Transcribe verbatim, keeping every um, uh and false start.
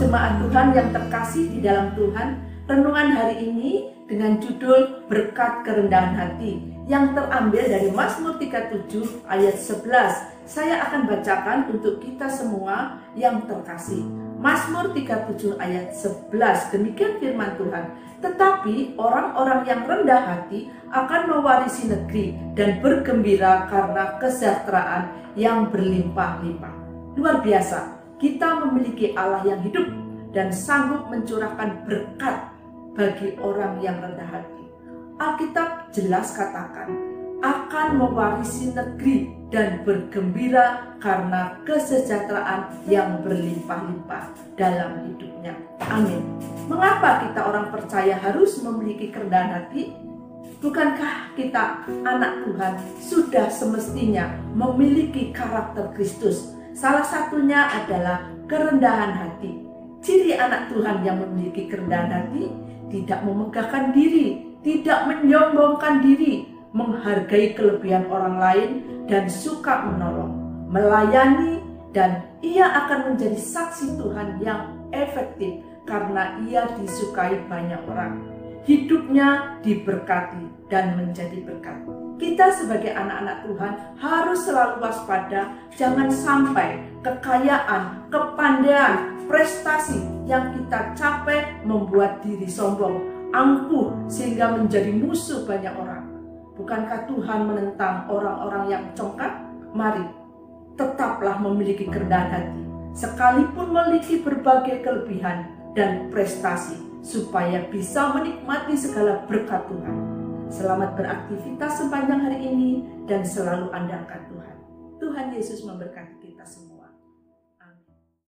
jemaat Tuhan yang terkasih di dalam Tuhan, renungan hari ini dengan judul Berkat Kerendahan Hati yang terambil dari Mazmur tiga puluh tujuh ayat sebelas. Saya akan bacakan untuk kita semua yang terkasih. Mazmur tiga puluh tujuh ayat sebelas, demikian firman Tuhan. Tetapi orang-orang yang rendah hati akan mewarisi negeri dan bergembira karena kesejahteraan yang berlimpah-limpah. Luar biasa, kita memiliki Allah yang hidup dan sanggup mencurahkan berkat bagi orang yang rendah hati. Alkitab jelas katakan, akan mewarisi negeri dan bergembira karena kesejahteraan yang berlimpah-limpah dalam hidupnya. Amin. Mengapa kita orang percaya harus memiliki kerendahan hati? Bukankah kita anak Tuhan sudah semestinya memiliki karakter Kristus? Salah satunya adalah kerendahan hati. Ciri anak Tuhan yang memiliki kerendahan hati tidak memegahkan diri, tidak menyombongkan diri, menghargai kelebihan orang lain dan suka menolong, melayani, dan ia akan menjadi saksi Tuhan yang efektif karena ia disukai banyak orang. Hidupnya diberkati dan menjadi berkat. Kita sebagai anak-anak Tuhan harus selalu waspada, jangan sampai kekayaan, kepandaian, prestasi yang kita capai membuat diri sombong, angkuh sehingga menjadi musuh banyak orang. Bukankah Tuhan menentang orang-orang yang congkak? Mari, tetaplah memiliki kerendahan hati, sekalipun memiliki berbagai kelebihan dan prestasi, supaya bisa menikmati segala berkat Tuhan. Selamat beraktivitas sepanjang hari ini dan selalu andalkan Tuhan. Tuhan Yesus memberkati kita semua.